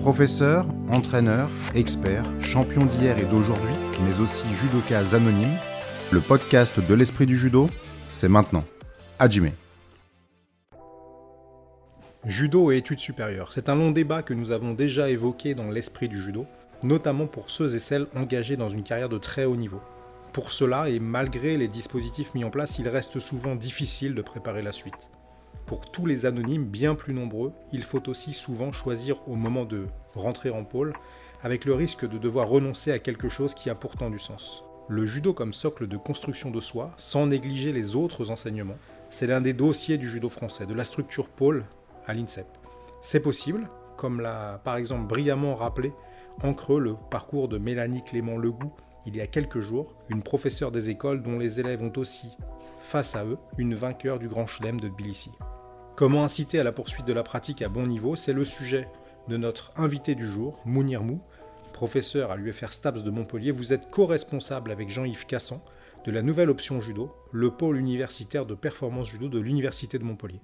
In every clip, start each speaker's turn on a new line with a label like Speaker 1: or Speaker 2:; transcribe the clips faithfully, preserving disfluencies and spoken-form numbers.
Speaker 1: Professeur, entraîneur, expert, champion d'hier et d'aujourd'hui, mais aussi judokas anonymes, le podcast de l'esprit du judo, c'est maintenant. Hajime. Judo et études supérieures, c'est un long débat que nous avons déjà évoqué dans l'esprit du judo, notamment pour ceux et celles engagés dans une carrière de très haut niveau. Pour cela, et malgré les dispositifs mis en place, il reste souvent difficile de préparer la suite. Pour tous les anonymes bien plus nombreux, il faut aussi souvent choisir au moment de rentrer en pôle, avec le risque de devoir renoncer à quelque chose qui a pourtant du sens. Le judo comme socle de construction de soi, sans négliger les autres enseignements, c'est l'un des dossiers du judo français, de la structure pôle à l'INSEP. C'est possible, comme l'a par exemple brillamment rappelé en creux le parcours de Mélanie Clément-Legout il y a quelques jours, une professeure des écoles dont les élèves ont aussi, face à eux, une vainqueur du Grand Chelem de Tbilissi. Comment inciter à la poursuite de la pratique à bon niveau, c'est le sujet de notre invité du jour, Mounir Mou, professeur à l'U F R STAPS de Montpellier. Vous êtes co-responsable avec Jean-Yves Cassan de la nouvelle option judo, le pôle universitaire de performance judo de l'Université de Montpellier.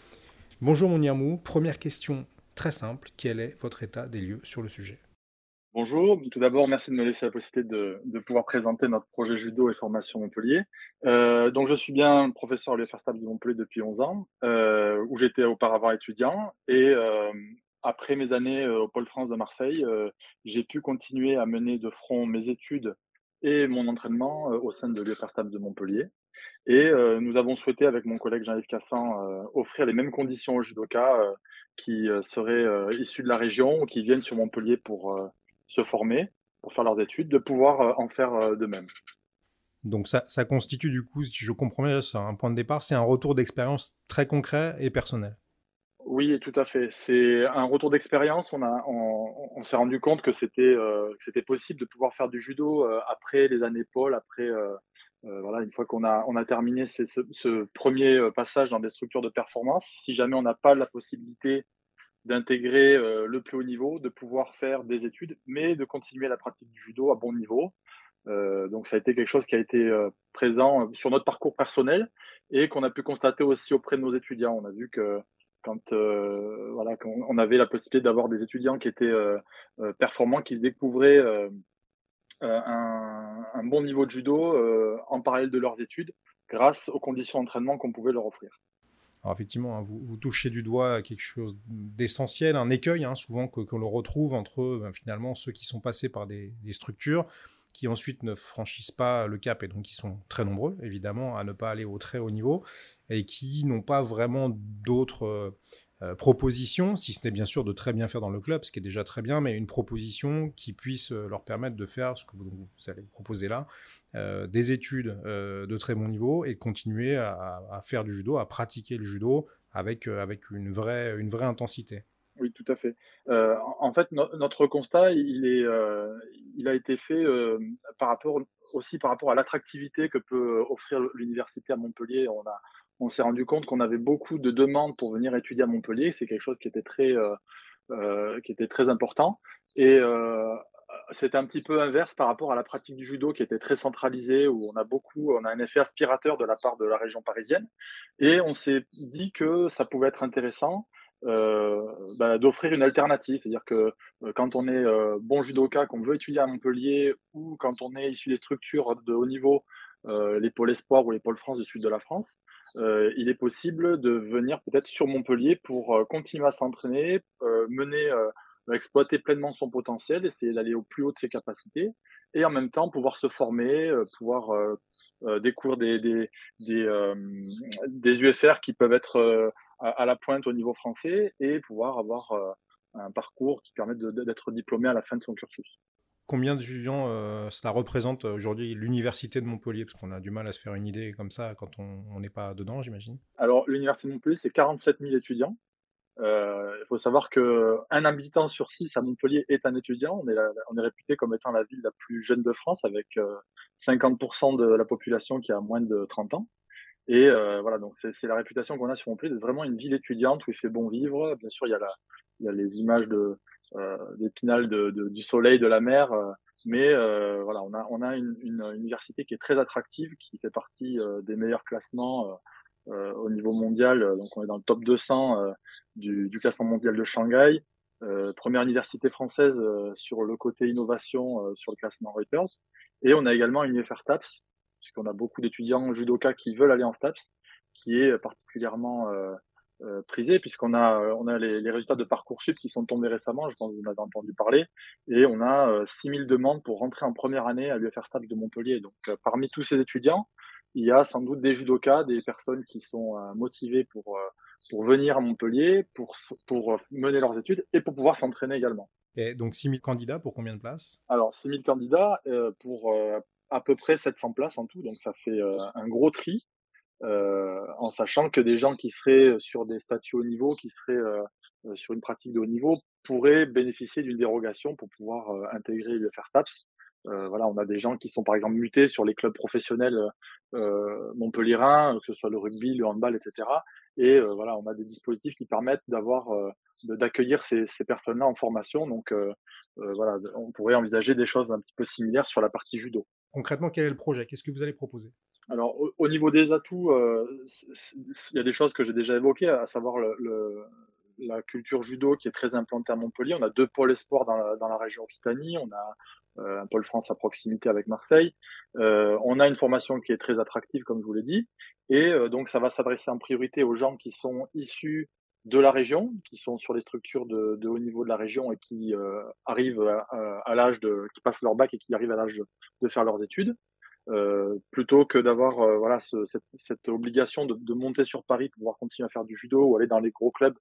Speaker 1: Bonjour Mounir Mou, première question très simple, quel est votre état des lieux sur le sujet ?
Speaker 2: Bonjour, tout d'abord merci de me laisser la possibilité de, de pouvoir présenter notre projet judo et formation Montpellier. Euh, donc je suis bien professeur à l'U F R STAPS de Montpellier depuis onze ans, euh, où j'étais auparavant étudiant et euh, après mes années euh, au Pôle France de Marseille, euh, j'ai pu continuer à mener de front mes études et mon entraînement euh, au sein de l'U F R STAPS de Montpellier. Et euh, nous avons souhaité avec mon collègue Jean-Yves Cassan euh, offrir les mêmes conditions aux judokas euh, qui euh, seraient euh, issus de la région ou qui viennent sur Montpellier pour euh, se former, pour faire leurs études, de pouvoir euh, en faire euh, de même.
Speaker 1: Donc ça, ça constitue du coup, si je comprends bien, c'est un point de départ, c'est un retour d'expérience très concret et personnel.
Speaker 2: Oui, tout à fait. C'est un retour d'expérience. On a, on, on s'est rendu compte que c'était, euh, que c'était possible de pouvoir faire du judo euh, après les années pôle, après, euh, euh, voilà, une fois qu'on a, on a terminé ce, ce, ce premier euh, passage dans des structures de performance. Si jamais on n'a pas la possibilité d'intégrer euh, le plus haut niveau, de pouvoir faire des études, mais de continuer la pratique du judo à bon niveau. Euh, donc ça a été quelque chose qui a été euh, présent sur notre parcours personnel et qu'on a pu constater aussi auprès de nos étudiants. On a vu que quand euh, voilà, quand on avait la possibilité d'avoir des étudiants qui étaient euh, euh, performants, qui se découvraient euh, un, un bon niveau de judo euh, en parallèle de leurs études, grâce aux conditions d'entraînement qu'on pouvait leur offrir.
Speaker 1: Alors effectivement, hein, vous, vous touchez du doigt quelque chose d'essentiel, un écueil hein, souvent que, que l'on retrouve entre ben, finalement ceux qui sont passés par des, des structures, qui ensuite ne franchissent pas le cap, et donc qui sont très nombreux, évidemment, à ne pas aller au très haut niveau, et qui n'ont pas vraiment d'autres euh, euh, propositions, si ce n'est bien sûr de très bien faire dans le club, ce qui est déjà très bien, mais une proposition qui puisse euh, leur permettre de faire ce que vous, donc, vous allez proposer là, euh, des études euh, de très bon niveau, et de continuer à, à faire du judo, à pratiquer le judo avec, euh, avec une, vraie, une vraie intensité.
Speaker 2: Oui, tout à fait. Euh, en, en fait, no- notre constat, il est, euh, il a été fait euh, par rapport aussi par rapport à l'attractivité que peut offrir l'université à Montpellier. On a, on s'est rendu compte qu'on avait beaucoup de demandes pour venir étudier à Montpellier. C'est quelque chose qui était très, euh, euh, qui était très important. Et euh, c'était un petit peu inverse par rapport à la pratique du judo qui était très centralisée, où on a beaucoup, on a un effet aspirateur de la part de la région parisienne. Et on s'est dit que ça pouvait être intéressant euh, bah, d'offrir une alternative. C'est-à-dire que euh, quand on est euh, bon judoka, qu'on veut étudier à Montpellier, ou quand on est issu des structures de haut niveau, euh, les pôles espoir ou les pôles France du sud de la France, euh, il est possible de venir peut-être sur Montpellier pour euh, continuer à s'entraîner, euh, mener, euh, exploiter pleinement son potentiel, essayer d'aller au plus haut de ses capacités, et en même temps pouvoir se former, euh, pouvoir euh, euh, découvrir des, des, des, euh, des U F R qui peuvent être euh, à, à la pointe au niveau français et pouvoir avoir euh, un parcours qui permette de, de, d'être diplômé à la fin de son cursus.
Speaker 1: Combien d'étudiants euh, cela représente aujourd'hui l'université de Montpellier? Parce qu'on a du mal à se faire une idée comme ça quand on n'est pas dedans, j'imagine.
Speaker 2: Alors, l'Université de Montpellier, c'est quarante-sept mille étudiants. Euh, il faut savoir qu'un habitant sur six à Montpellier est un étudiant. On est, la, on est réputé comme étant la ville la plus jeune de France, avec euh, cinquante pour cent de la population qui a moins de trente ans. Et euh, voilà, donc c'est, c'est la réputation qu'on a sur Montpellier d'être vraiment une ville étudiante où il fait bon vivre. Bien sûr, il y a, la, il y a les images de, euh, d'Épinal, de, de, du soleil, de la mer. Euh, mais euh, voilà, on a, on a une, une, université qui est très attractive, qui fait partie euh, des meilleurs classements euh, euh, au niveau mondial. Donc on est dans le top deux cents euh, du, du classement mondial de Shanghai. heu, première université française, heu, sur le côté innovation, heu, sur le classement Reuters et on a également une U F R STAPS, puisqu'on a beaucoup d'étudiants judokas qui veulent aller en STAPS, qui est particulièrement, heu heu, prisée puisqu'on a, heu, on a les les résultats de Parcoursup qui sont tombés récemment, je pense que vous en avez entendu parler et on a, heu, six mille demandes pour rentrer en première année à l'U F R STAPS de Montpellier. Donc, heu, parmi tous ces étudiants, il y a sans doute des judokas, des personnes qui sont, heu, motivées pour, heu, pour venir à Montpellier, pour s pour, heu, mener leurs études et pour pouvoir s'entraîner également.
Speaker 1: Et donc six mille candidats pour combien de places?
Speaker 2: Alors six mille candidats, heu, pour, heu, à peu près sept cents places en tout, donc ça fait, heu, un gros tri, heu, en sachant que des gens qui seraient, sur des statuts haut niveau, qui seraient, heu heu, sur une pratique de haut niveau, pourraient bénéficier d'une dérogation pour pouvoir, heu, intégrer l'U F R STAPS. Heu, voilà, on a des gens qui sont par exemple mutés sur les clubs professionnels, heu heu, montpelliérains, que ce soit le rugby, le handball et cetera et heu, voilà, on a des dispositifs qui permettent d'avoir, heu, de d'accueillir ces ces personnes-là en formation donc heu heu, voilà, on pourrait envisager des choses un petit peu similaires sur la partie judo.
Speaker 1: Concrètement, quel est le projet? Qu'est-ce que vous allez proposer?
Speaker 2: Alors au au niveau des atouts, heu, c c il y a des choses que j'ai déjà évoquées, à savoir le le la culture judo qui est très implantée à Montpellier. On a deux pôles espoirs dans la dans la région Occitanie. On a, heu, un pôle France à proximité avec Marseille. Heu, on a une formation qui est très attractive, comme je vous l'ai dit et heu, donc ça va s'adresser en priorité aux gens qui sont issus de la région, qui sont sur les structures de de haut niveau de la région et qui, heu, arrivent à à à l'âge de qui passent leur bac et qui arrivent à l'âge de de faire leurs études. Heu, plutôt que d'avoir, heu, voilà ce cette cette obligation de de monter sur Paris pour pouvoir continuer à faire du judo ou aller dans les gros clubs,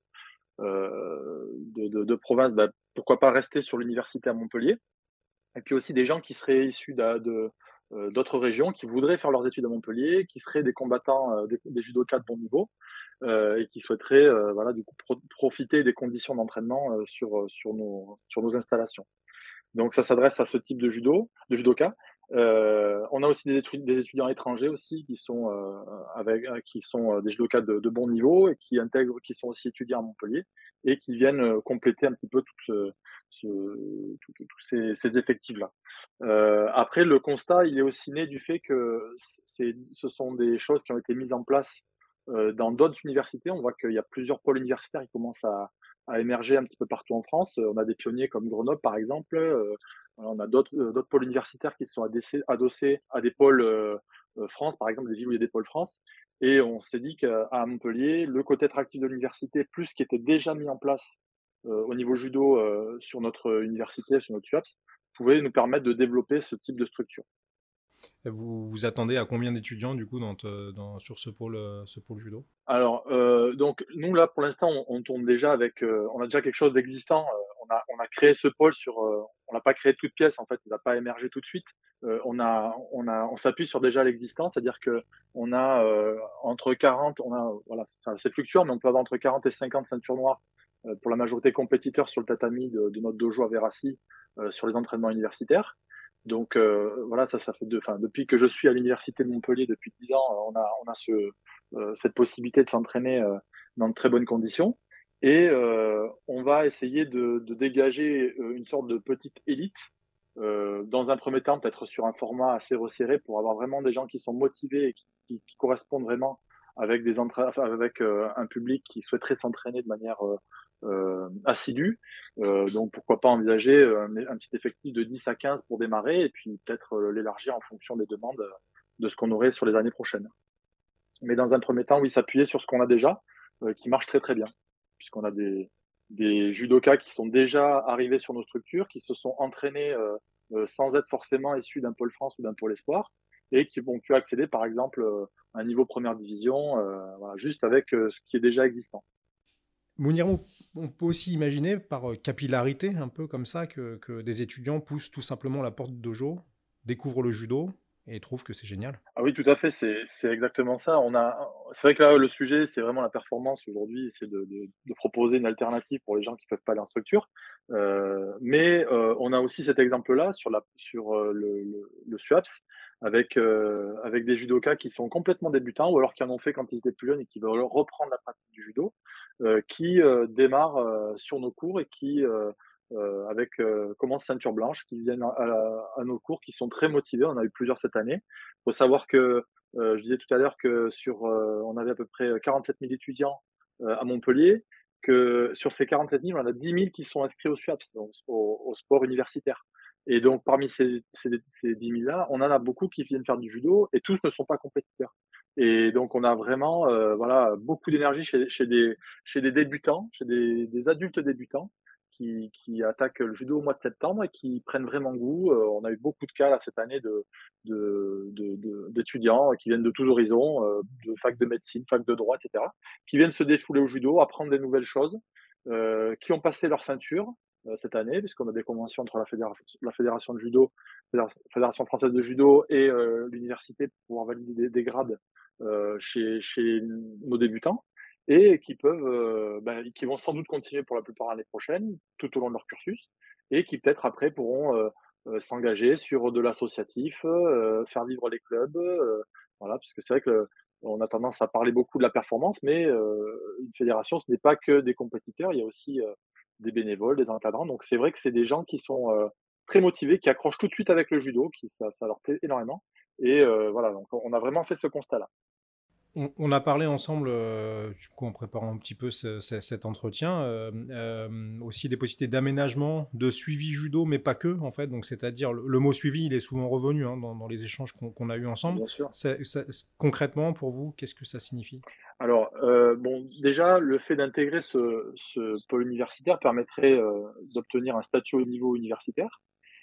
Speaker 2: heu, de de de province, bah, pourquoi pas rester sur l'université à Montpellier? Et puis aussi des gens qui seraient issus d'a de, heu, d'autres régions, qui voudraient faire leurs études à Montpellier, qui seraient des combattants, heu, des des judokas de bon niveau, heu, et qui souhaiteraient, heu, voilà du coup pro profiter des conditions d'entraînement, heu, sur, heu, sur nos sur nos installations. Donc ça s'adresse à ce type de judo, de judoka. Heu, on a aussi des étu des étudiants étrangers aussi qui sont, heu, avec heu, qui sont, heu, des judokas de de bon niveau et qui intègrent qui sont aussi étudiants à Montpellier et qui viennent, heu, compléter un petit peu tout ce ce tous tous tous ces ces effectifs-là. Heu, après le constat, il est aussi né du fait que c c'est ce sont des choses qui ont été mises en place, heu, dans d'autres universités. On voit qu'il y a plusieurs pôles universitaires qui commencent à à émerger un petit peu partout en France. Heu, on a des pionniers comme Grenoble, par exemple, heu, voilà, on a d'autres, heu, d'autres pôles universitaires qui se sont adossés adossés à des pôles, heu heu, France, par exemple, des villes où il y a des pôles France et on s'est dit qu'à Montpellier, le côté attractif de l'université, plus ce qui était déjà mis en place, heu, au niveau judo, heu, sur notre université, sur notre SUAPS, pouvait nous permettre de développer ce type de structure.
Speaker 1: Vous vous attendez à combien d'étudiants du coup dans te dans sur ce pôle, heu, ce pôle judo?
Speaker 2: Alors, heu, donc nous là, pour l'instant, on on tourne déjà avec, heu, on a déjà quelque chose d'existant, heu, on a on a créé ce pôle sur, heu, on l'a pas créé de toutes pièces en fait, il n'a pas émergé tout de suite. Heu, on a on a on s'appuie sur déjà l'existant, c'est-à-dire qu'on a, heu, entre quarante, on a voilà, c'est c'est fluctuant, mais on peut avoir entre quarante et cinquante ceintures noires, heu, pour la majorité compétiteurs sur le tatami de de notre dojo à Verassis, heu, sur les entraînements universitaires. Donc, heu, voilà, ça ça fait de enfin, depuis que je suis à l'université de Montpellier depuis dix ans, heu, on a on a ce heu, cette possibilité de s'entraîner, heu, dans de très bonnes conditions et heu, on va essayer de de dégager, heu, une sorte de petite élite, heu, dans un premier temps, peut-être sur un format assez resserré pour avoir vraiment des gens qui sont motivés et qui qui qui correspondent vraiment avec des entra enfin, avec, heu, un public qui souhaiterait s'entraîner de manière, heu heu, assidue. Heu, donc pourquoi pas envisager, heu, un un petit effectif de dix à quinze pour démarrer et puis peut-être, heu, l'élargir en fonction des demandes, heu, de ce qu'on aurait sur les années prochaines. Mais dans un premier temps, oui, s'appuyer sur ce qu'on a déjà, heu, qui marche très, très bien. Puisqu'on a des des judokas qui sont déjà arrivés sur nos structures, qui se sont entraînés, heu heu, sans être forcément issus d'un pôle France ou d'un pôle espoir et qui vont pu accéder, par exemple, heu, à un niveau première division, heu, voilà, juste avec, heu, ce qui est déjà existant.
Speaker 1: Mounir, on on peut aussi imaginer par, heu, capillarité un peu comme ça que que des étudiants poussent tout simplement la porte du dojo, découvrent le judo et trouvent que c'est génial.
Speaker 2: Ah oui, tout à fait, c'est c'est exactement ça. On a c'est vrai que là, le sujet, c'est vraiment la performance aujourd'hui, c'est de de de proposer une alternative pour les gens qui peuvent pas aller en structure. Heu, mais, heu, on a aussi cet exemple-là sur la sur, heu, le le le SUAPS avec, heu, avec des judokas qui sont complètement débutants ou alors qui en ont fait quand ils étaient plus jeunes et qui veulent reprendre la pratique du judo, heu, qui, heu, démarrent, heu, sur nos cours et qui, heu heu, avec, heu, commencent ceinture blanche, qui viennent à à à nos cours, qui sont très motivés. On a eu plusieurs cette année faut savoir que, heu, je disais tout à l'heure que sur, heu, on avait à peu près quarante-sept mille étudiants, heu, à Montpellier, que sur ces quarante-sept mille, on a dix mille qui sont inscrits au SUAPS, donc au au sport universitaire. Et donc parmi ces ces ces dix mille là, on en a beaucoup qui viennent faire du judo et tous ne sont pas compétiteurs. Et donc on a vraiment, heu, voilà, beaucoup d'énergie chez chez des chez des débutants, chez des des adultes débutants qui qui attaquent le judo au mois de septembre et qui prennent vraiment goût. Heu, on a eu beaucoup de cas là cette année de de de de d'étudiants qui viennent de tous horizons, heu, de fac de médecine, fac de droit et cetera, qui viennent se défouler au judo, apprendre des nouvelles choses, heu, qui ont passé leur ceinture, heu, cette année, puisqu'on a des conventions entre la fédéra la fédération de judo, fédéra fédération française de judo et heu, l'université pour pouvoir valider des des grades, heu, chez chez nos débutants et qui peuvent, heu, bah, qui vont sans doute continuer pour la plupart l'année prochaine, tout au long de leur cursus et qui peut-être après pourront, heu heu, s'engager sur de l'associatif, heu, faire vivre les clubs, heu, voilà, puisque c'est vrai que on a tendance à parler beaucoup de la performance, mais heu, une fédération, ce n'est pas que des compétiteurs, il y a aussi, heu, des bénévoles, des encadrants. Donc c'est vrai que c'est des gens qui sont, heu, très motivés, qui accrochent tout de suite avec le judo, qui ça ça leur plaît énormément et heu, voilà, donc on a vraiment fait ce constat-là.
Speaker 1: On, on a parlé ensemble, euh, du coup, en préparant un petit peu ce- ce- cet entretien, euh, euh, aussi des possibilités d'aménagement, de suivi judo, mais pas que, en fait. Donc, c'est-à-dire, le, le mot suivi, il est souvent revenu hein, dans, dans les échanges qu'on qu'on a eus ensemble.
Speaker 2: Bien sûr.
Speaker 1: Ça- ça- concrètement, pour vous, qu'est-ce que ça signifie?
Speaker 2: Alors, heu, bon, déjà, le fait d'intégrer ce ce pôle universitaire permettrait, heu, d'obtenir un statut au niveau universitaire.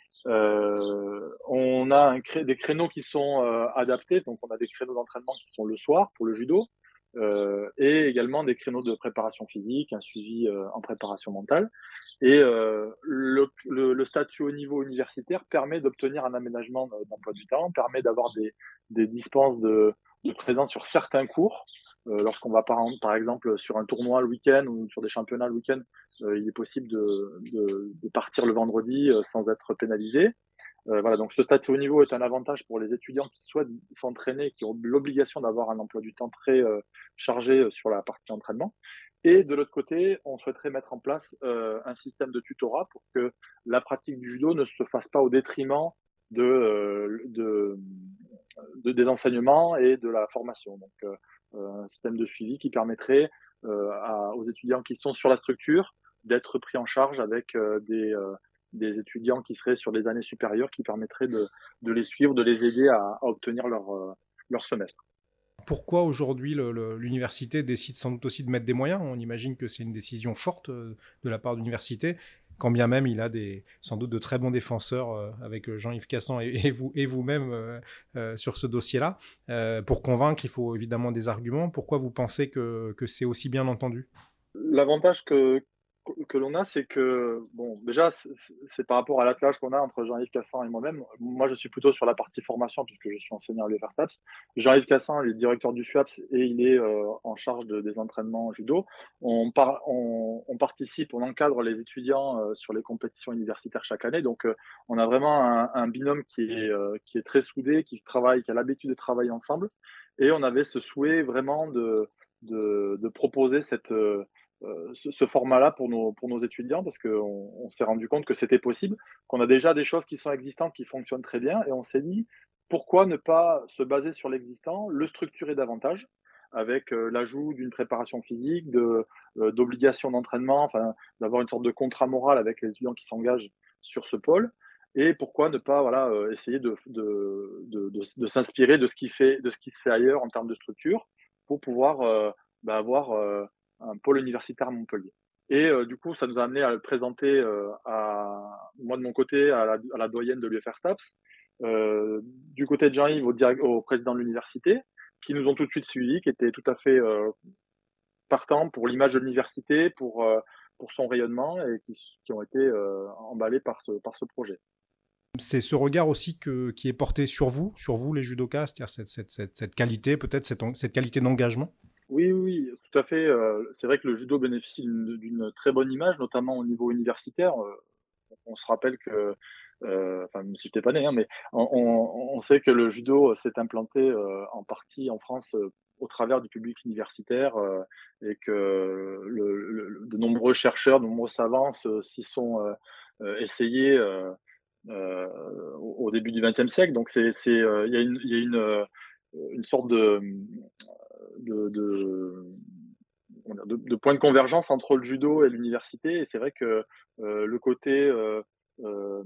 Speaker 2: Heu, on a un cré des créneaux qui sont, heu, adaptés, donc on a des créneaux d'entraînement qui sont le soir pour le judo, heu et également des créneaux de préparation physique, un suivi, heu, en préparation mentale et heu, le le le statut au niveau universitaire permet d'obtenir un aménagement de d'emploi du temps, permet d'avoir des des dispenses de de présence sur certains cours. Heu, lorsqu'on va par en par exemple sur un tournoi le week-end ou sur des championnats le week-end, heu, il est possible de de de partir le vendredi, heu, sans être pénalisé. Heu, voilà, donc ce statut haut niveau est un avantage pour les étudiants qui souhaitent s'entraîner, qui ont l'obligation d'avoir un emploi du temps très, heu, chargé, heu, sur la partie entraînement et de l'autre côté, on souhaiterait mettre en place, heu, un système de tutorat pour que la pratique du judo ne se fasse pas au détriment de, heu, de, de des enseignements et de la formation. Donc, heu, heu, un système de suivi qui permettrait, heu, à aux étudiants qui sont sur la structure d'être pris en charge avec, heu, des, heu, des étudiants qui seraient sur des années supérieures qui permettraient de de les suivre, de les aider à à obtenir leur, heu, leur semestre.
Speaker 1: Pourquoi aujourd'hui le- le- l'université décide sans doute aussi de mettre des moyens? On imagine que c'est une décision forte euh, de la part de l'université, quand bien même il a des, sans doute de très bons défenseurs euh, avec euh, Jean-Yves Cassan et, et vous, et vous-même euh, euh, sur ce dossier-là. Euh, pour convaincre, il faut évidemment des arguments. Pourquoi vous pensez que, que c'est aussi bien entendu?
Speaker 2: L'avantage que que l'on a, c'est que, bon, déjà, c'est c'est par rapport à l'attelage qu'on a entre Jean-Yves Cassan et moi-même. Moi, je suis plutôt sur la partie formation puisque je suis enseignant à l'U F R STAPS. Jean-Yves Cassan, il est directeur du SUAPS et il est euh, en charge de, des entraînements judo. On, par, on, on participe, on encadre les étudiants euh, sur les compétitions universitaires chaque année. Donc, euh, on a vraiment un, un binôme qui est, euh, qui est très soudé, qui travaille, qui a l'habitude de travailler ensemble. Et on avait ce souhait vraiment de, de, de proposer cette, euh, euh, ce, ce format-là pour nos, pour nos étudiants parce qu'on on, s'est rendu compte que c'était possible, qu'on a déjà des choses qui sont existantes, qui fonctionnent très bien, et on s'est dit pourquoi ne pas se baser sur l'existant, le structurer davantage avec euh, l'ajout d'une préparation physique, de, euh, d'obligations d'entraînement, enfin, d'avoir une sorte de contrat moral avec les étudiants qui s'engagent sur ce pôle. Et pourquoi ne pas voilà, euh, essayer de, de, de, de, de s'inspirer de ce, qui fait, de ce qui se fait ailleurs en termes de structure pour pouvoir euh, bah, avoir euh, un pôle universitaire à Montpellier. Et euh, du coup, ça nous a amené à le présenter euh, à moi de mon côté à la, à la doyenne de l'U F R STAPS, euh, du côté de Jean-Yves au, direct, au président de l'université, qui nous ont tout de suite suivis, qui étaient tout à fait euh, partants pour l'image de l'université, pour, euh, pour son rayonnement et qui, qui ont été euh, emballés par ce, par ce projet.
Speaker 1: C'est ce regard aussi que, qui est porté sur vous, sur vous les judokas, c'est-à-dire cette, cette, cette, cette qualité, peut-être cette, cette qualité d'engagement.
Speaker 2: Oui, oui, oui, tout à fait. Euh, c'est vrai que le judo bénéficie d'une d'une très bonne image, notamment au niveau universitaire. Euh, on se rappelle que, euh, enfin, même si je n'étais pas né, hein, mais on, on, on sait que le judo s'est implanté euh, en partie en France euh, au travers du public universitaire euh, et que le, le, de nombreux chercheurs, de nombreux savants se- s'y sont euh, euh, essayés euh, euh, au au début du XXe siècle. Donc, c'est, c'est, euh, il y a une, il y a une, euh, une sorte de, de, de comment dire, de, de points de convergence entre le judo et l'université. Et c'est vrai que euh, le côté, euh, euh,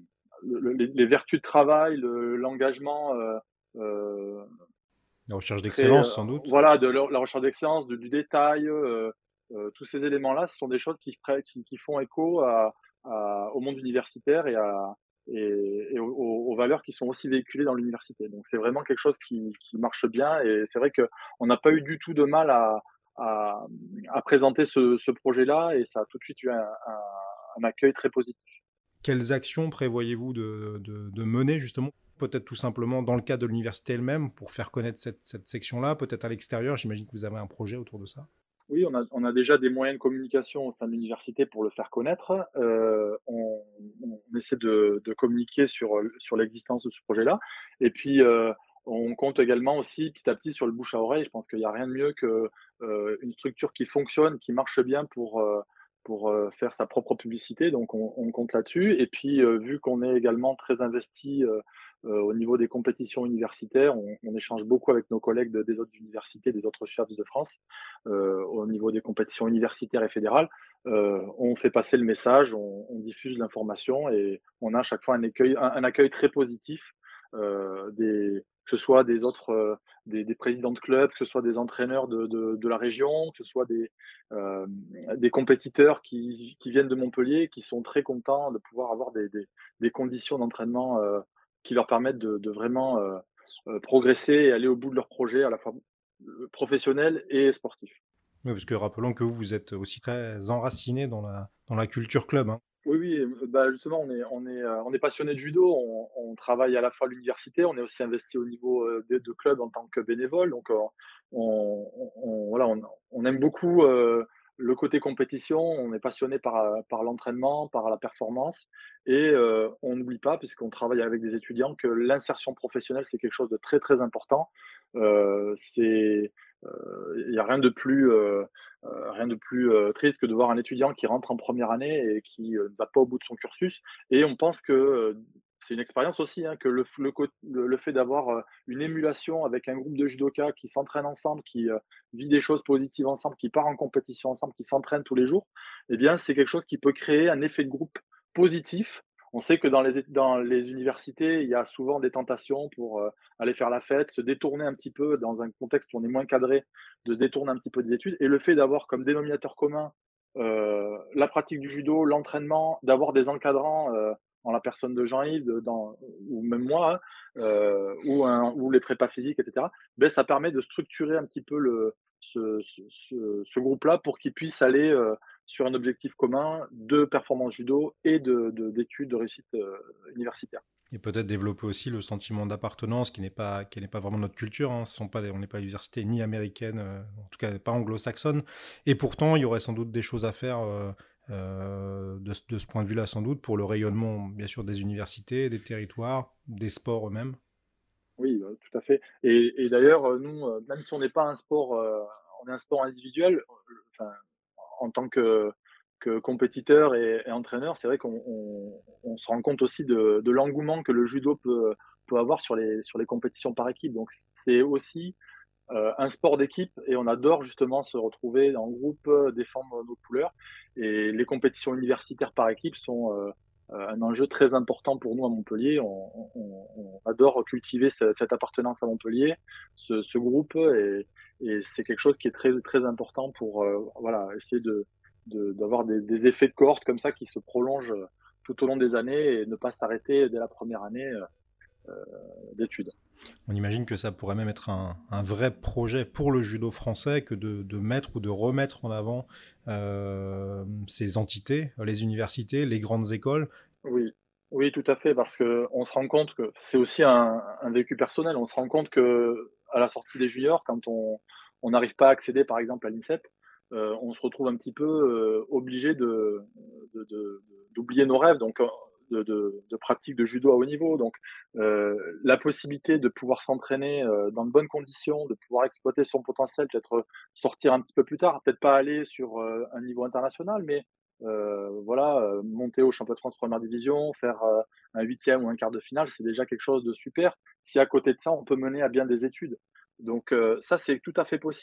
Speaker 2: le- les, les vertus de travail, le- l'engagement euh, euh,
Speaker 1: La recherche
Speaker 2: très,
Speaker 1: d'excellence,
Speaker 2: euh,
Speaker 1: sans doute.
Speaker 2: voilà, de la, la recherche d'excellence, de- du détail, euh, euh, tous ces éléments-là, ce sont des choses qui, prê- qui, qui font écho à, à- au monde universitaire et, à, et, et aux, aux valeurs qui sont aussi véhiculées dans l'université. Donc c'est vraiment quelque chose qui, qui marche bien et c'est vrai qu'on n'a pas eu du tout de mal à, à, à présenter ce, ce projet-là et ça a tout de suite eu un, un, un accueil très positif.
Speaker 1: Quelles actions prévoyez-vous de, de- de mener justement? Peut-être tout simplement dans le cadre de l'université elle-même pour faire connaître cette, cette section-là, peut-être à l'extérieur. J'imagine que vous avez un projet autour de ça.
Speaker 2: Oui, on a, on a déjà des moyens de communication au sein de l'université pour le faire connaître. Euh, on, on essaie de, de communiquer sur, sur l'existence de ce projet-là. Et puis, euh, on compte également aussi petit à petit sur le bouche à oreille. Je pense qu'il n'y a rien de mieux que euh, une structure qui fonctionne, qui marche bien pour, euh, pour euh, faire sa propre publicité. Donc, on, on compte là-dessus. Et puis, euh, vu qu'on est également très investi euh, euh, au niveau des compétitions universitaires, on, on échange beaucoup avec nos collègues de- des autres universités, des autres services de France euh, au niveau des compétitions universitaires et fédérales, euh, on fait passer le message, on, on diffuse l'information et on a à chaque fois un accueil, un, un accueil très positif, euh, des, que ce soit des autres, euh, des, des, présidents de clubs, que ce soit des entraîneurs de, de, de la région, que ce soit des, euh, des compétiteurs qui, qui viennent de Montpellier, qui sont très contents de pouvoir avoir des, des, des conditions d'entraînement euh, qui leur permettent de, de vraiment euh, euh, progresser et aller au bout de leur projet à la fois professionnel et sportif.
Speaker 1: Oui, parce que rappelons que vous, vous êtes aussi très enraciné dans la, dans la culture club, hein.
Speaker 2: Oui, oui, euh, bah justement, on est, on est, euh, on est passionné de judo. On, on travaille à la fois à l'université, on est aussi investi au niveau euh, de, de club en tant que bénévole. Donc, euh, on, on- voilà, on, on aime beaucoup euh, le côté compétition. On est passionné par, euh, par l'entraînement, par la performance, et euh, on n'oublie pas, puisqu'on travaille avec des étudiants, que l'insertion professionnelle c'est quelque chose de très très important. Euh, c'est, euh, il n'y a rien de plus euh, euh, rien de plus euh, triste que de voir un étudiant qui rentre en première année et qui euh, ne va pas au bout de son cursus. Et on pense que euh, c'est une expérience aussi, hein, que le, le, le, le fait d'avoir euh, une émulation avec un groupe de judokas qui s'entraînent ensemble, qui euh, vit des choses positives ensemble, qui part en compétition ensemble, qui s'entraînent tous les jours, eh bien, c'est quelque chose qui peut créer un effet de groupe positif. On sait que dans les, dans les universités, il y a souvent des tentations pour euh, aller faire la fête, se détourner un petit peu dans un contexte où on est moins cadré, de se détourner un petit peu des études. Et le fait d'avoir comme dénominateur commun euh, la pratique du judo, l'entraînement, d'avoir des encadrants euh, en la personne de Jean-Yves, dans, ou même moi, hein, euh, ou, un, ou les prépas physiques, et cetera, ben, ça permet de structurer un petit peu le, ce, ce, ce, ce groupe-là pour qu'il puisse aller euh, sur un objectif commun de performance judo et de, de, d'études de réussite euh, universitaire.
Speaker 1: Et peut-être développer aussi le sentiment d'appartenance qui n'est pas, qui n'est pas vraiment notre culture, hein. Ce sont pas des- on n'est pas à l'université ni américaine, euh, en tout cas pas anglo-saxonne. Et pourtant, il y aurait sans doute des choses à faire euh, euh, de, ce- de ce point de vue-là, sans doute, pour le rayonnement, bien sûr, des universités, des territoires, des sports eux-mêmes.
Speaker 2: Oui, euh, tout à fait. Et, et d'ailleurs, euh, nous, euh, même si on n'est pas un sport, euh, on est un sport individuel, euh, enfin, en tant que, que compétiteur et, et entraîneur, c'est vrai qu'on on, on se rend compte aussi de, de l'engouement que le judo peut, peut avoir sur les, sur les compétitions par équipe. Donc, c'est aussi euh, un sport d'équipe et on adore justement se retrouver en groupe, euh, défendre nos couleurs. Et les compétitions universitaires par équipe sont euh, euh, un enjeu très important pour nous à Montpellier. On, on, on adore cultiver ce- cette appartenance à Montpellier, ce, ce groupe, et, et c'est quelque chose qui est très, très important pour euh, voilà, essayer de, de, d'avoir des, des effets de cohorte comme ça qui se prolongent tout au long des années et ne pas s'arrêter dès la première année euh, d'études.
Speaker 1: On imagine que ça pourrait même être un, un vrai projet pour le judo français que de, de mettre ou de remettre en avant euh, ces entités, les universités, les grandes écoles.
Speaker 2: Oui, oui, tout à fait, parce que on se rend compte que c'est aussi un, un vécu personnel. On se rend compte que à la sortie des juniors, quand on on n'arrive pas à accéder, par exemple, à l'INSEP, euh, on se retrouve un petit peu euh, obligé de, de, de- d'oublier nos rêves, donc euh, de, de, de pratique de judo à haut niveau. Donc, euh, la possibilité de pouvoir s'entraîner euh, dans de bonnes conditions, de pouvoir exploiter son potentiel, peut-être sortir un petit peu plus tard, peut-être pas aller sur euh, un niveau international, mais euh, voilà, euh, monter au championnat de France première division, faire euh, un huitième ou un quart de finale, c'est déjà quelque chose de super. Si à côté de ça, on peut mener à bien des études. Donc euh, ça, c'est tout à fait possible.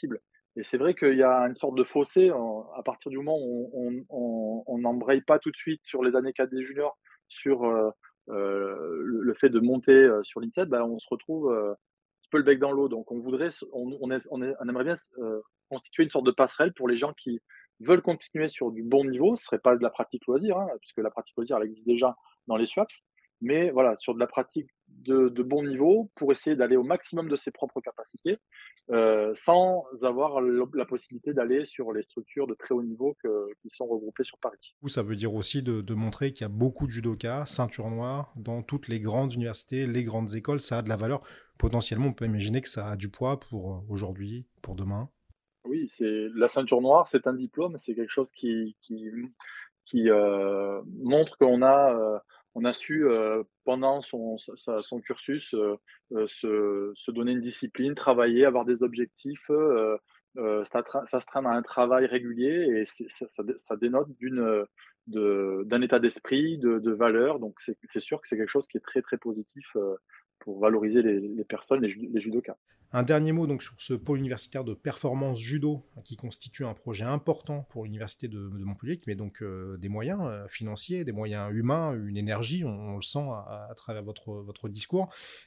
Speaker 2: Et c'est vrai qu'il y a une sorte de fossé, en à partir du moment où on on on n'embraye pas tout de suite sur les années cadets juniors, sur, heu heu, le le fait de monter, heu, sur l'INSEP, bah, on se retrouve, heu, un petit peu le bec dans l'eau. Donc on voudrait s on on est on est on aimerait bien s heu, constituer une sorte de passerelle pour les gens qui veulent continuer sur du bon niveau. Ce serait pas de la pratique loisir, hein, puisque la pratique loisir, elle existe déjà dans les SWAPS. Mais voilà, sur de la pratique de de bon niveau pour essayer d'aller au maximum de ses propres capacités, heu, sans avoir le la possibilité d'aller sur les structures de très haut niveau que qui sont regroupées sur Paris.
Speaker 1: Ou ça veut dire aussi de, de montrer qu'il y a beaucoup de judokas, ceinture noire, dans toutes les grandes universités, les grandes écoles. Ça a de la valeur. Potentiellement, on peut imaginer que ça a du poids pour euh, aujourd'hui, pour demain.
Speaker 2: Oui, c'est la ceinture noire, c'est un diplôme, c'est quelque chose qui qui qui, heu, montre qu'on a, heu, on a su, heu, pendant son sa sa son cursus, heu heu, se se donner une discipline, travailler, avoir des objectifs, heu heu, s'attra s'astreindre à un travail régulier et c'est ça ça dé ça dénote d'une, heu, de d'un état d'esprit, de de valeurs. Donc c'est c'est sûr que c'est quelque chose qui est très, très positif, heu, pour valoriser les les personnes, les ju les judokas.
Speaker 1: Un dernier mot donc sur ce pôle universitaire de performance judo qui constitue un projet important pour l'université de, de Montpellier, qui met donc euh, des moyens euh, financiers, des moyens humains, une énergie, on, on le sent à, à travers votre, votre discours.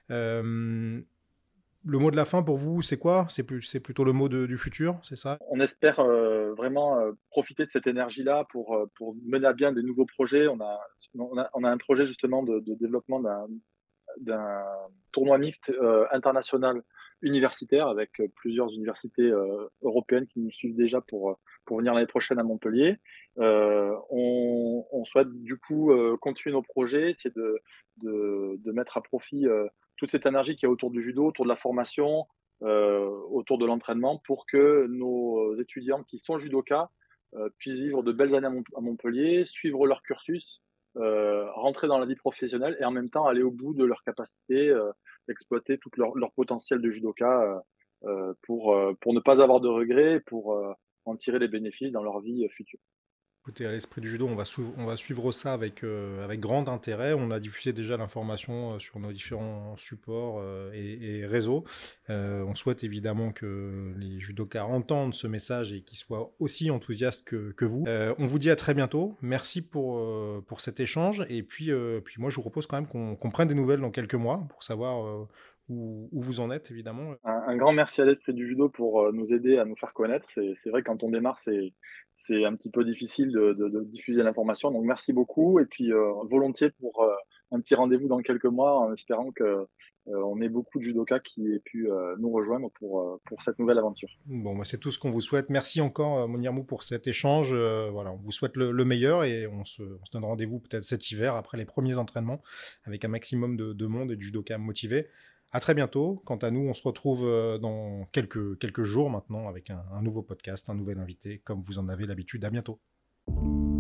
Speaker 1: Euh, le mot de la fin pour vous, c'est quoi? C'est plus, c'est plutôt le mot de- du futur, c'est ça?
Speaker 2: On espère, heu, vraiment, heu, profiter de cette énergie-là pour, heu, pour mener à bien des nouveaux projets. On a on a on a un projet justement de de développement d'un d'un tournoi mixte, heu, international universitaire avec, heu, plusieurs universités, heu, européennes qui nous suivent déjà pour, heu, pour venir l'année prochaine à Montpellier. Heu, on on souhaite du coup, heu, continuer nos projets, c'est de de de mettre à profit, heu, toute cette énergie qu'il y a autour du judo, autour de la formation, heu, autour de l'entraînement pour que nos étudiants qui sont judokas, heu, puissent vivre de belles années à Mont à Montpellier, suivre leur cursus, heu, rentrer dans la vie professionnelle et en même temps aller au bout de leurs capacités, heu, exploiter tout leur leur potentiel de judoka, heu heu, pour, heu, pour ne pas avoir de regrets, pour, heu, en tirer les bénéfices dans leur vie, heu, future.
Speaker 1: Écoutez, à l'esprit du judo, on va, sou- on va suivre ça avec, euh, avec grand intérêt. On a diffusé déjà l'information euh, sur nos différents supports euh, et, et réseaux. Euh, on souhaite évidemment que les judokas entendent ce message et qu'ils soient aussi enthousiastes que, que vous. Euh, on vous dit à très bientôt. Merci pour, euh, pour cet échange. Et puis, euh, puis moi, je vous propose quand même qu'on qu'on prenne des nouvelles dans quelques mois pour savoir euh, où, où vous en êtes, évidemment.
Speaker 2: Un un grand merci à l'Esprit du judo pour, heu, nous aider à nous faire connaître. C'est c'est vrai quand on démarre, c'est c'est un petit peu difficile de de de diffuser l'information, donc merci beaucoup et puis, heu, volontiers pour, heu, un petit rendez-vous dans quelques mois en espérant que, heu, on ait beaucoup de judokas qui aient pu, heu, nous rejoindre pour, heu, pour cette nouvelle aventure.
Speaker 1: Bon, bah, c'est tout ce qu'on vous souhaite. Merci encore, euh, Monirmou, pour cet échange. Euh, voilà, on vous souhaite le, le meilleur et on se, on se donne rendez-vous peut-être cet hiver après les premiers entraînements avec un maximum de, de monde et de judokas motivés. À très bientôt. Quant à nous, on se retrouve euh, dans quelques, quelques jours maintenant avec un, un nouveau podcast, un nouvel invité, comme vous en avez l'habitude. À bientôt.